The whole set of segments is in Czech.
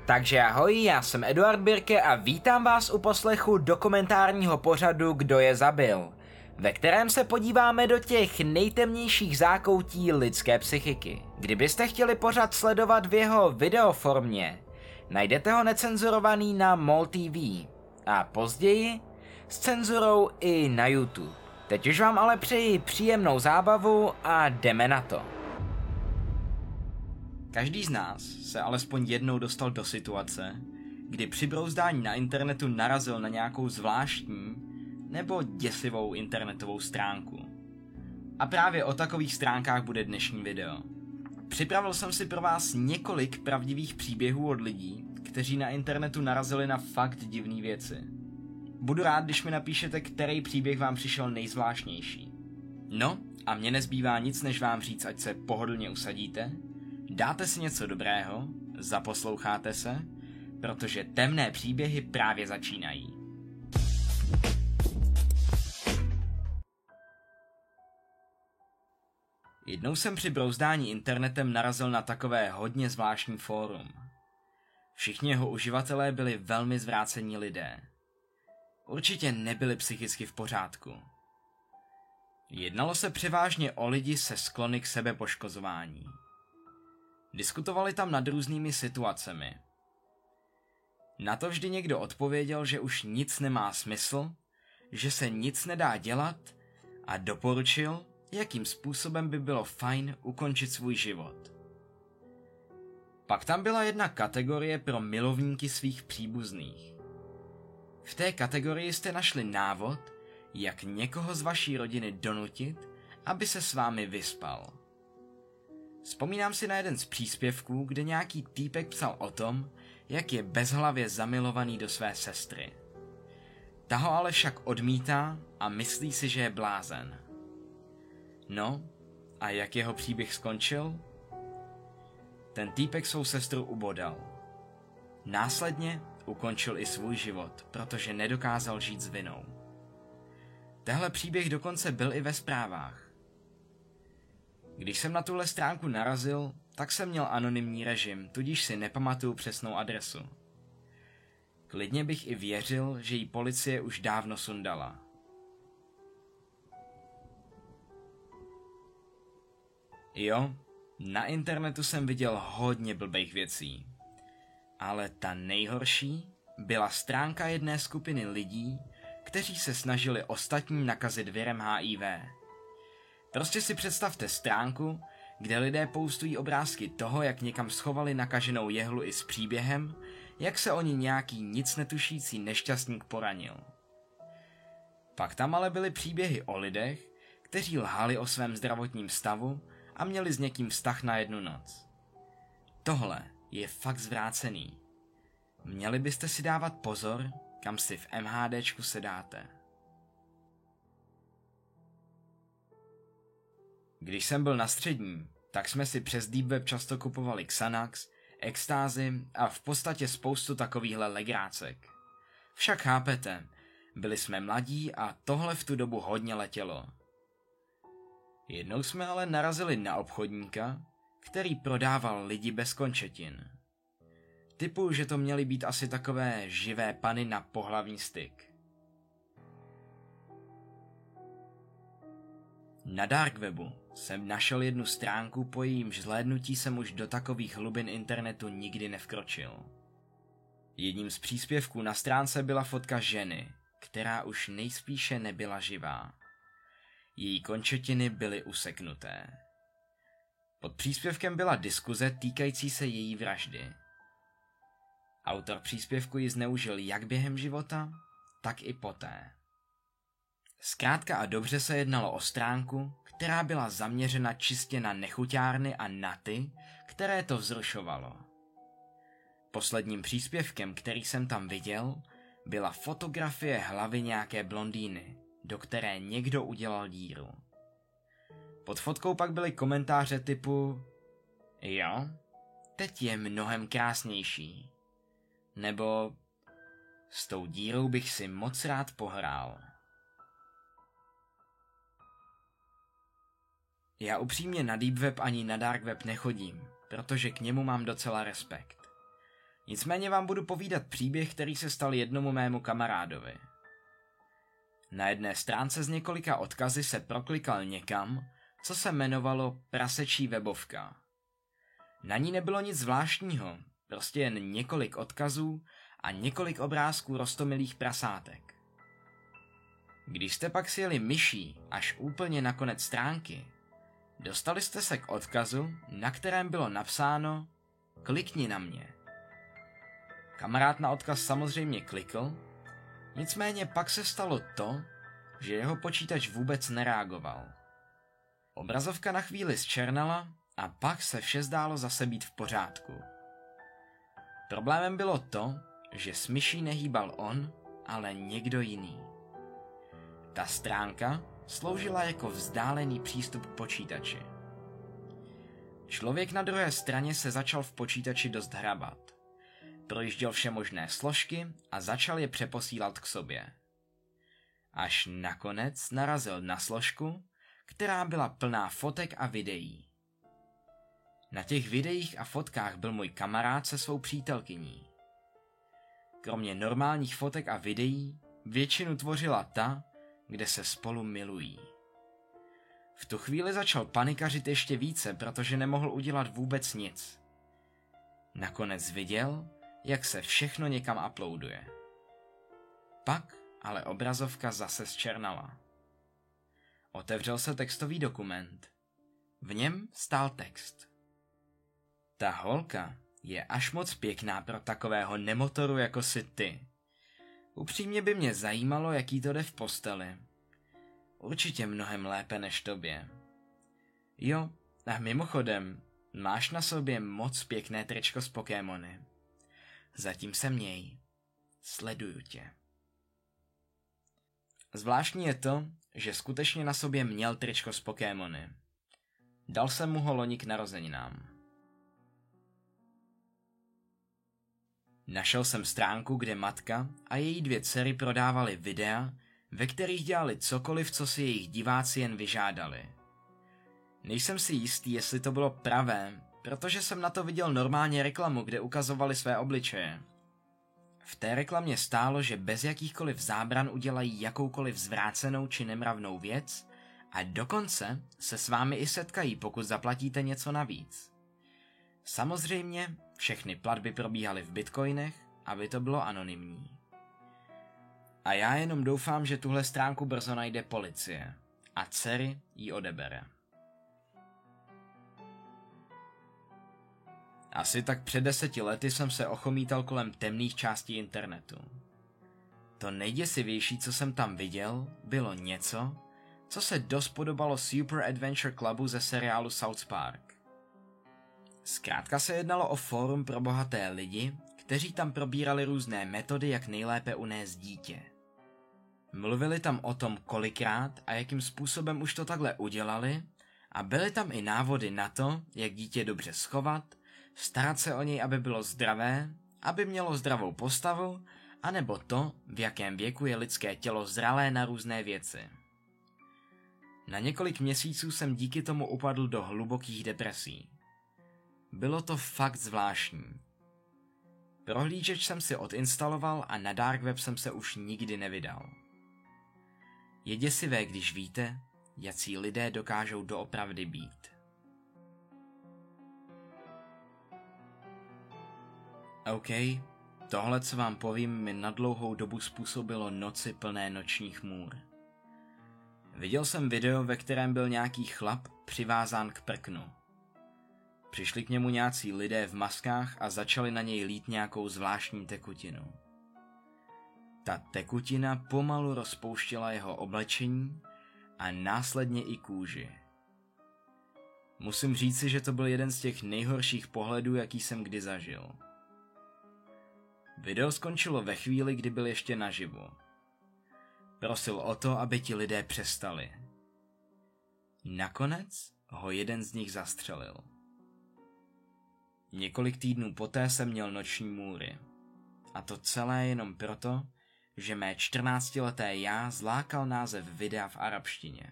Takže ahoj, já jsem Eduard Birke a vítám vás u poslechu dokumentárního pořadu Kdo je zabil, ve kterém se podíváme do těch nejtemnějších zákoutí lidské psychiky. Kdybyste chtěli pořad sledovat v jeho videoformě, najdete ho necenzurovaný na MOL TV a později s cenzurou i na YouTube. Teď už vám ale přeji příjemnou zábavu a jdeme na to. Každý z nás se alespoň jednou dostal do situace, kdy při brouzdání na internetu narazil na nějakou zvláštní nebo děsivou internetovou stránku. A právě o takových stránkách bude dnešní video. Připravil jsem si pro vás několik pravdivých příběhů od lidí, kteří na internetu narazili na fakt divné věci. Budu rád, když mi napíšete, který příběh vám přišel nejzvláštnější. No a mně nezbývá nic, než vám říct, ať se pohodlně usadíte, dáte si něco dobrého, zaposloucháte se, protože temné příběhy právě začínají. Jednou jsem při brouzdání internetem narazil na takové hodně zvláštní fórum. Všichni jeho uživatelé byli velmi zvrácení lidé. Určitě nebyli psychicky v pořádku. Jednalo se převážně o lidi se sklony k sebepoškozování. Diskutovali tam nad různými situacemi. Na to vždy někdo odpověděl, že už nic nemá smysl, že se nic nedá dělat a doporučil, jakým způsobem by bylo fajn ukončit svůj život. Pak tam byla jedna kategorie pro milovníky svých příbuzných. V té kategorii jste našli návod, jak někoho z vaší rodiny donutit, aby se s vámi vyspal. Vzpomínám si na jeden z příspěvků, kde nějaký týpek psal o tom, jak je bezhlavě zamilovaný do své sestry. Ta ho ale však odmítá a myslí si, že je blázen. No, a jak jeho příběh skončil? Ten týpek svou sestru ubodal. Následně ukončil i svůj život, protože nedokázal žít s vinou. Tehle příběh dokonce byl i ve zprávách. Když jsem na tuhle stránku narazil, tak jsem měl anonymní režim, tudíž si nepamatuju přesnou adresu. Klidně bych i věřil, že ji policie už dávno sundala. Jo, na internetu jsem viděl hodně blbejch věcí. Ale ta nejhorší byla stránka jedné skupiny lidí, kteří se snažili ostatní nakazit virem HIV. Prostě si představte stránku, kde lidé postují obrázky toho, jak někam schovali nakaženou jehlu i s příběhem, jak se o ní nějaký nic netušící nešťastník poranil. Pak tam ale byly příběhy o lidech, kteří lhali o svém zdravotním stavu a měli s někým vztah na jednu noc. Tohle je fakt zvrácený. Měli byste si dávat pozor, kam si v MHDčku sedáte. Když jsem byl na střední, tak jsme si přes Deep Web často kupovali Xanax, extázy a v podstatě spoustu takovýchhle legrácek. Však chápete, byli jsme mladí a tohle v tu dobu hodně letělo. Jednou jsme ale narazili na obchodníka, který prodával lidi bez končetin. Typu, že to měly být asi takové živé pany na pohlavní styk. Na dark webu jsem našel jednu stránku, po jejímž zhlédnutí jsem už do takových hlubin internetu nikdy nevkročil. Jedním z příspěvků na stránce byla fotka ženy, která už nejspíše nebyla živá. Její končetiny byly useknuté. Pod příspěvkem byla diskuze týkající se její vraždy. Autor příspěvku ji zneužil jak během života, tak i poté. Zkrátka a dobře se jednalo o stránku, která byla zaměřena čistě na nechuťárny a na ty, které to vzrušovalo. Posledním příspěvkem, který jsem tam viděl, byla fotografie hlavy nějaké blondýny, do které někdo udělal díru. Pod fotkou pak byly komentáře typu jo, teď je mnohem krásnější. Nebo s tou dírou bych si moc rád pohrál. Já upřímně na Deep Web ani na Dark Web nechodím, protože k němu mám docela respekt. Nicméně vám budu povídat příběh, který se stal jednomu mému kamarádovi. Na jedné stránce z několika odkazy se proklikal někam, co se jmenovalo Prasečí webovka. Na ní nebylo nic zvláštního, prostě jen několik odkazů a několik obrázků roztomilých prasátek. Když jste pak sjeli myší až úplně na konec stránky, dostali jste se k odkazu, na kterém bylo napsáno klikni na mě. Kamarád na odkaz samozřejmě klikl, nicméně pak se stalo to, že jeho počítač vůbec nereagoval. Obrazovka na chvíli zčernala a pak se vše zdálo zase být v pořádku. Problémem bylo to, že s myší nehýbal on, ale někdo jiný. Ta stránka sloužila jako vzdálený přístup k počítači. Člověk na druhé straně se začal v počítači dost hrabat. Projížděl vše možné složky a začal je přeposílat k sobě. Až nakonec narazil na složku, která byla plná fotek a videí. Na těch videích a fotkách byl můj kamarád se svou přítelkyní. Kromě normálních fotek a videí většinu tvořila ta, kde se spolu milují. V tu chvíli začal panikařit ještě více, protože nemohl udělat vůbec nic. Nakonec viděl, jak se všechno někam uploaduje. Pak ale obrazovka zase zčernala. Otevřel se textový dokument. V něm stál text. Ta holka je až moc pěkná pro takového nemotoru jako si ty. Upřímně by mě zajímalo, jaký to jde v posteli. Určitě mnohem lépe než tobě. Jo, a mimochodem, máš na sobě moc pěkné tričko z Pokémony. Zatím se měj. Sleduju tě. Zvláštní je to, že skutečně na sobě měl tričko z Pokémony. Dal jsem mu ho loni k narozeninám. Našel jsem stránku, kde matka a její 2 dcery prodávaly videa, ve kterých dělali cokoliv, co si jejich diváci jen vyžádali. Nejsem si jistý, jestli to bylo pravé, protože jsem na to viděl normálně reklamu, kde ukazovali své obličeje. V té reklamě stálo, že bez jakýchkoliv zábran udělají jakoukoliv zvrácenou či nemravnou věc a dokonce se s vámi i setkají, pokud zaplatíte něco navíc. Samozřejmě všechny platby probíhaly v bitcoinech, aby to bylo anonymní. A já jenom doufám, že tuhle stránku brzo najde policie a dcery ji odebere. Asi tak před 10 lety jsem se ochomítal kolem temných částí internetu. To nejděsivější, co jsem tam viděl, bylo něco, co se dost podobalo Super Adventure Clubu ze seriálu South Park. Zkrátka se jednalo o fórum pro bohaté lidi, kteří tam probírali různé metody, jak nejlépe unést dítě. Mluvili tam o tom, kolikrát a jakým způsobem už to takhle udělali a byly tam i návody na to, jak dítě dobře schovat, starat se o něj, aby bylo zdravé, aby mělo zdravou postavu, anebo to, v jakém věku je lidské tělo zralé na různé věci. Na několik měsíců jsem díky tomu upadl do hlubokých depresí. Bylo to fakt zvláštní. Prohlížeč jsem si odinstaloval a na dark web jsem se už nikdy nevydal. Je děsivé, když víte, jací lidé dokážou doopravdy být. OK, tohle, co vám povím, mi na dlouhou dobu způsobilo noci plné nočních můr. Viděl jsem video, ve kterém byl nějaký chlap přivázán k prknu. Přišli k němu nějací lidé v maskách a začali na něj lít nějakou zvláštní tekutinu. Ta tekutina pomalu rozpouštěla jeho oblečení a následně i kůži. Musím říci, že to byl jeden z těch nejhorších pohledů, jaký jsem kdy zažil. Video skončilo ve chvíli, kdy byl ještě naživu. Prosil o to, aby ti lidé přestali. Nakonec ho jeden z nich zastřelil. Několik týdnů poté jsem měl noční můry. A to celé jenom proto, že mé 14leté já zlákal název videa v arabštině.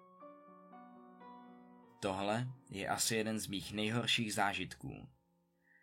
Tohle je asi jeden z mých nejhorších zážitků.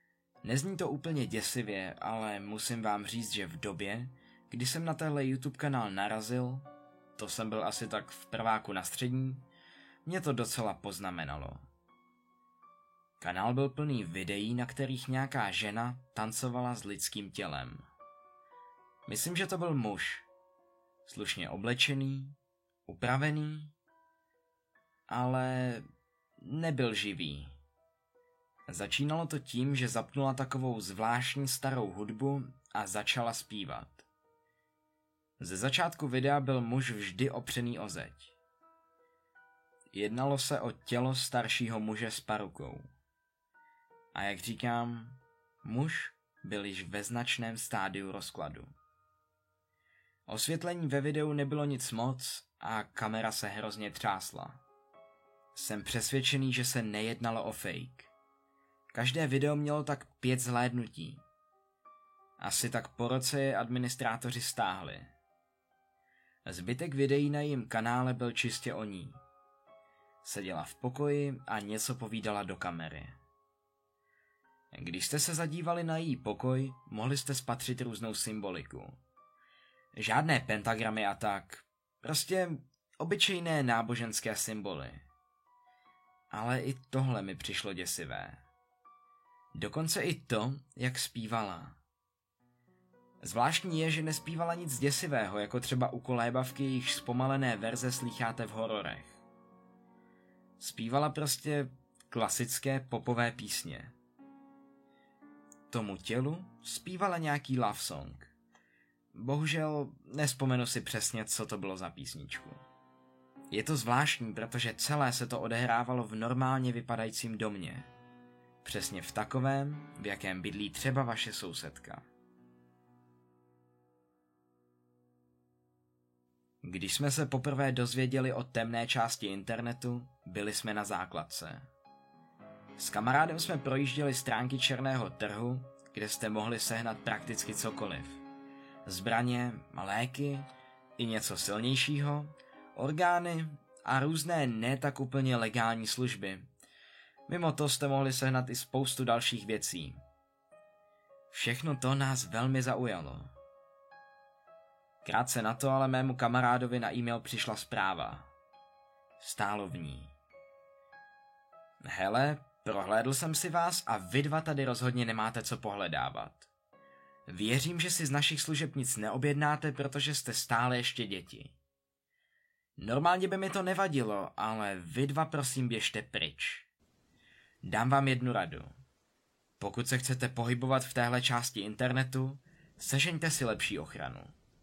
Nezní to úplně děsivě, ale musím vám říct, že v době, kdy jsem na tenhle YouTube kanál narazil, to jsem byl asi tak v prváku na střední, mě to docela poznamenalo. Kanál byl plný videí, na kterých nějaká žena tancovala s lidským tělem. Myslím, že to byl muž. Slušně oblečený, upravený, ale nebyl živý. Začínalo to tím, že zapnula takovou zvláštní starou hudbu a začala zpívat. Ze začátku videa byl muž vždy opřený o zeď. Jednalo se o tělo staršího muže s parukou. A jak říkám, muž byl již ve značném stádiu rozkladu. Osvětlení ve videu nebylo nic moc a kamera se hrozně třásla. Jsem přesvědčený, že se nejednalo o fake. Každé video mělo tak 5 zhlédnutí. Asi tak po roce je administrátoři stáhli. Zbytek videí na jejím kanále byl čistě o ní. Seděla v pokoji a něco povídala do kamery. Když jste se zadívali na její pokoj, mohli jste spatřit různou symboliku. Žádné pentagramy a tak, prostě obyčejné náboženské symboly. Ale i tohle mi přišlo děsivé. Dokonce i to, jak zpívala. Zvláštní je, že nespívala nic děsivého, jako třeba u kolébavky, jejichž zpomalené verze slýcháte v hororech. Zpívala prostě klasické popové písně. Tomu tělu zpívala nějaký love song. Bohužel nespomenu si přesně, co to bylo za písničku. Je to zvláštní, protože celé se to odehrávalo v normálně vypadajícím domě. Přesně v takovém, v jakém bydlí třeba vaše sousedka. Když jsme se poprvé dozvěděli o temné části internetu, byli jsme na základce. S kamarádem jsme projížděli stránky černého trhu, kde jste mohli sehnat prakticky cokoliv. Zbraně, léky, i něco silnějšího, orgány a různé ne tak úplně legální služby. Mimo to jste mohli sehnat i spoustu dalších věcí. Všechno to nás velmi zaujalo. Krátce na to ale mému kamarádovi na e-mail přišla zpráva. Stálo v ní: hele, prohlédl jsem si vás a vy dva tady rozhodně nemáte co pohledávat. Věřím, že si z našich služeb nic neobjednáte, protože jste stále ještě děti. Normálně by mi to nevadilo, ale vy dva prosím běžte pryč. Dám vám jednu radu. Pokud se chcete pohybovat v téhle části internetu, sežeňte si lepší ochranu.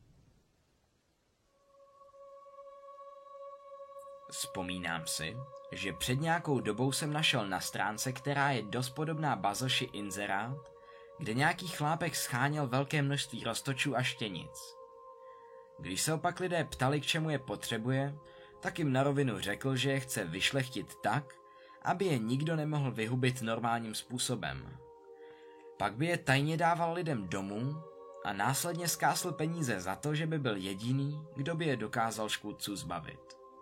Vzpomínám si, že před nějakou dobou jsem našel na stránce, která je dost podobná Bazoši, inzerát, kde nějaký chlápek scháněl velké množství roztočů a štěnic. Když se opak lidé ptali, k čemu je potřebuje, tak jim na rovinu řekl, že je chce vyšlechtit tak, aby je nikdo nemohl vyhubit normálním způsobem. Pak by je tajně dával lidem domů a následně skásl peníze za to, že by byl jediný, kdo by je dokázal škůdců zbavit.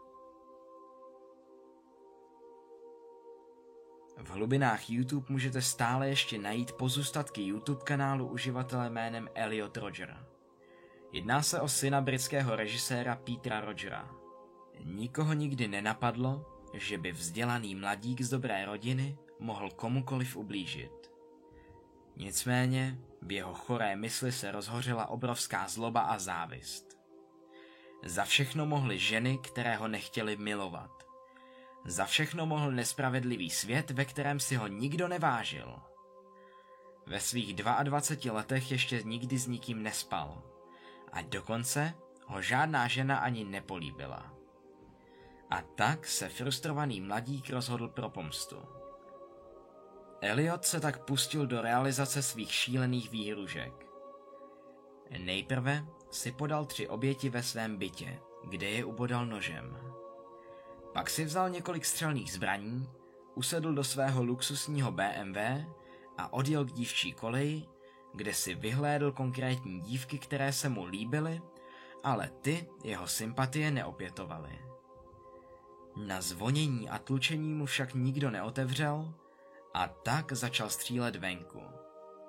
V hlubinách YouTube můžete stále ještě najít pozůstatky YouTube kanálu uživatele jménem Elliot Rodger. Jedná se o syna britského režiséra Petera Rodgera. Nikoho nikdy nenapadlo, že by vzdělaný mladík z dobré rodiny mohl komukoliv ublížit. Nicméně v jeho choré mysli se rozhořela obrovská zloba a závist. Za všechno mohly ženy, které ho nechtěly milovat. Za všechno mohl nespravedlivý svět, ve kterém si ho nikdo nevážil. Ve svých 22 letech ještě nikdy s nikým nespal. A dokonce ho žádná žena ani nepolíbila. A tak se frustrovaný mladík rozhodl pro pomstu. Elliot se tak pustil do realizace svých šílených výhružek. Nejprve si podal 3 oběti ve svém bytě, kde je ubodal nožem. Pak si vzal několik střelných zbraní, usedl do svého luxusního BMW a odjel k dívčí koleji, kde si vyhlédl konkrétní dívky, které se mu líbily, ale ty jeho sympatie neopětovaly. Na zvonění a tlučení mu však nikdo neotevřel a tak začal střílet venku.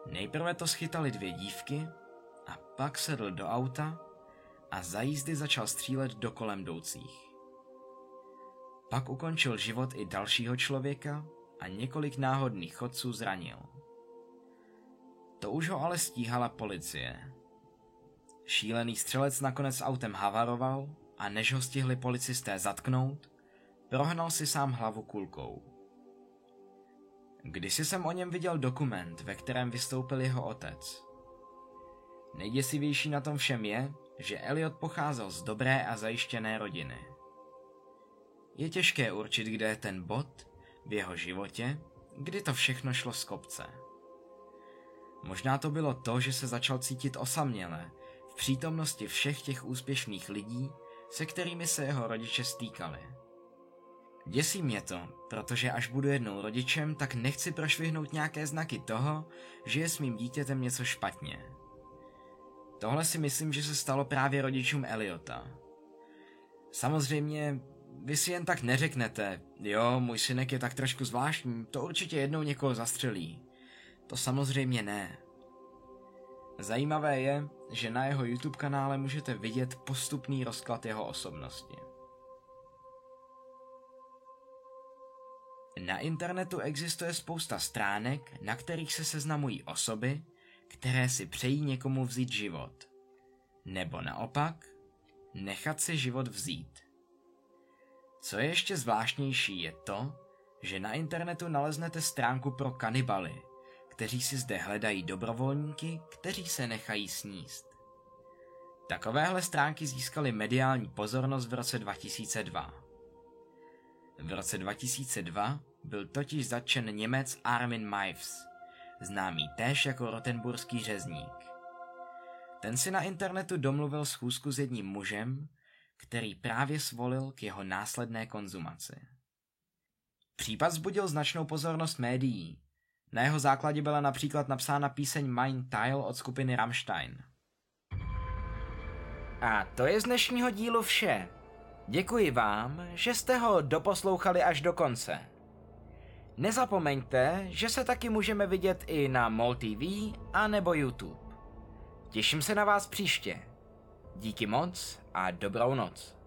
Nejprve to schytali 2 dívky a pak sedl do auta a za jízdy začal střílet do kolem jdoucích. Pak ukončil život i dalšího člověka a několik náhodných chodců zranil. To už ho ale stíhala policie. Šílený střelec nakonec autem havaroval a než ho stihli policisté zatknout, prohnal si sám hlavu kulkou. Kdysi jsem o něm viděl dokument, ve kterém vystoupil jeho otec. Nejděsivější na tom všem je, že Elliot pocházel z dobré a zajištěné rodiny. Je těžké určit, kde je ten bod v jeho životě, kdy to všechno šlo z kopce. Možná to bylo to, že se začal cítit osaměle v přítomnosti všech těch úspěšných lidí, se kterými se jeho rodiče stýkali. Děsí mě to, protože až budu jednou rodičem, tak nechci prošvihnout nějaké znaky toho, že je s mým dítětem něco špatně. Tohle si myslím, že se stalo právě rodičům Elliota. Samozřejmě, vy si jen tak neřeknete, jo, můj synek je tak trošku zvláštní, to určitě jednou někoho zastřelí. To samozřejmě ne. Zajímavé je, že na jeho YouTube kanále můžete vidět postupný rozklad jeho osobnosti. Na internetu existuje spousta stránek, na kterých se seznamují osoby, které si přejí někomu vzít život. Nebo naopak, nechat si život vzít. Co je ještě zvláštnější je to, že na internetu naleznete stránku pro kanibaly, kteří si zde hledají dobrovolníky, kteří se nechají sníst. Takovéhle stránky získaly mediální pozornost v roce 2002. V roce 2002 byl totiž zatčen Němec Armin Meiwes, známý též jako rotenburský řezník. Ten si na internetu domluvil schůzku s jedním mužem, který právě svolil k jeho následné konzumaci. Případ vzbudil značnou pozornost médií. Na jeho základě byla například napsána píseň Mein Teil od skupiny Rammstein. A to je z dnešního dílu vše. Děkuji vám, že jste ho doposlouchali až do konce. Nezapomeňte, že se taky můžeme vidět i na MOL TV a nebo YouTube. Těším se na vás příště. Díky moc a dobrou noc.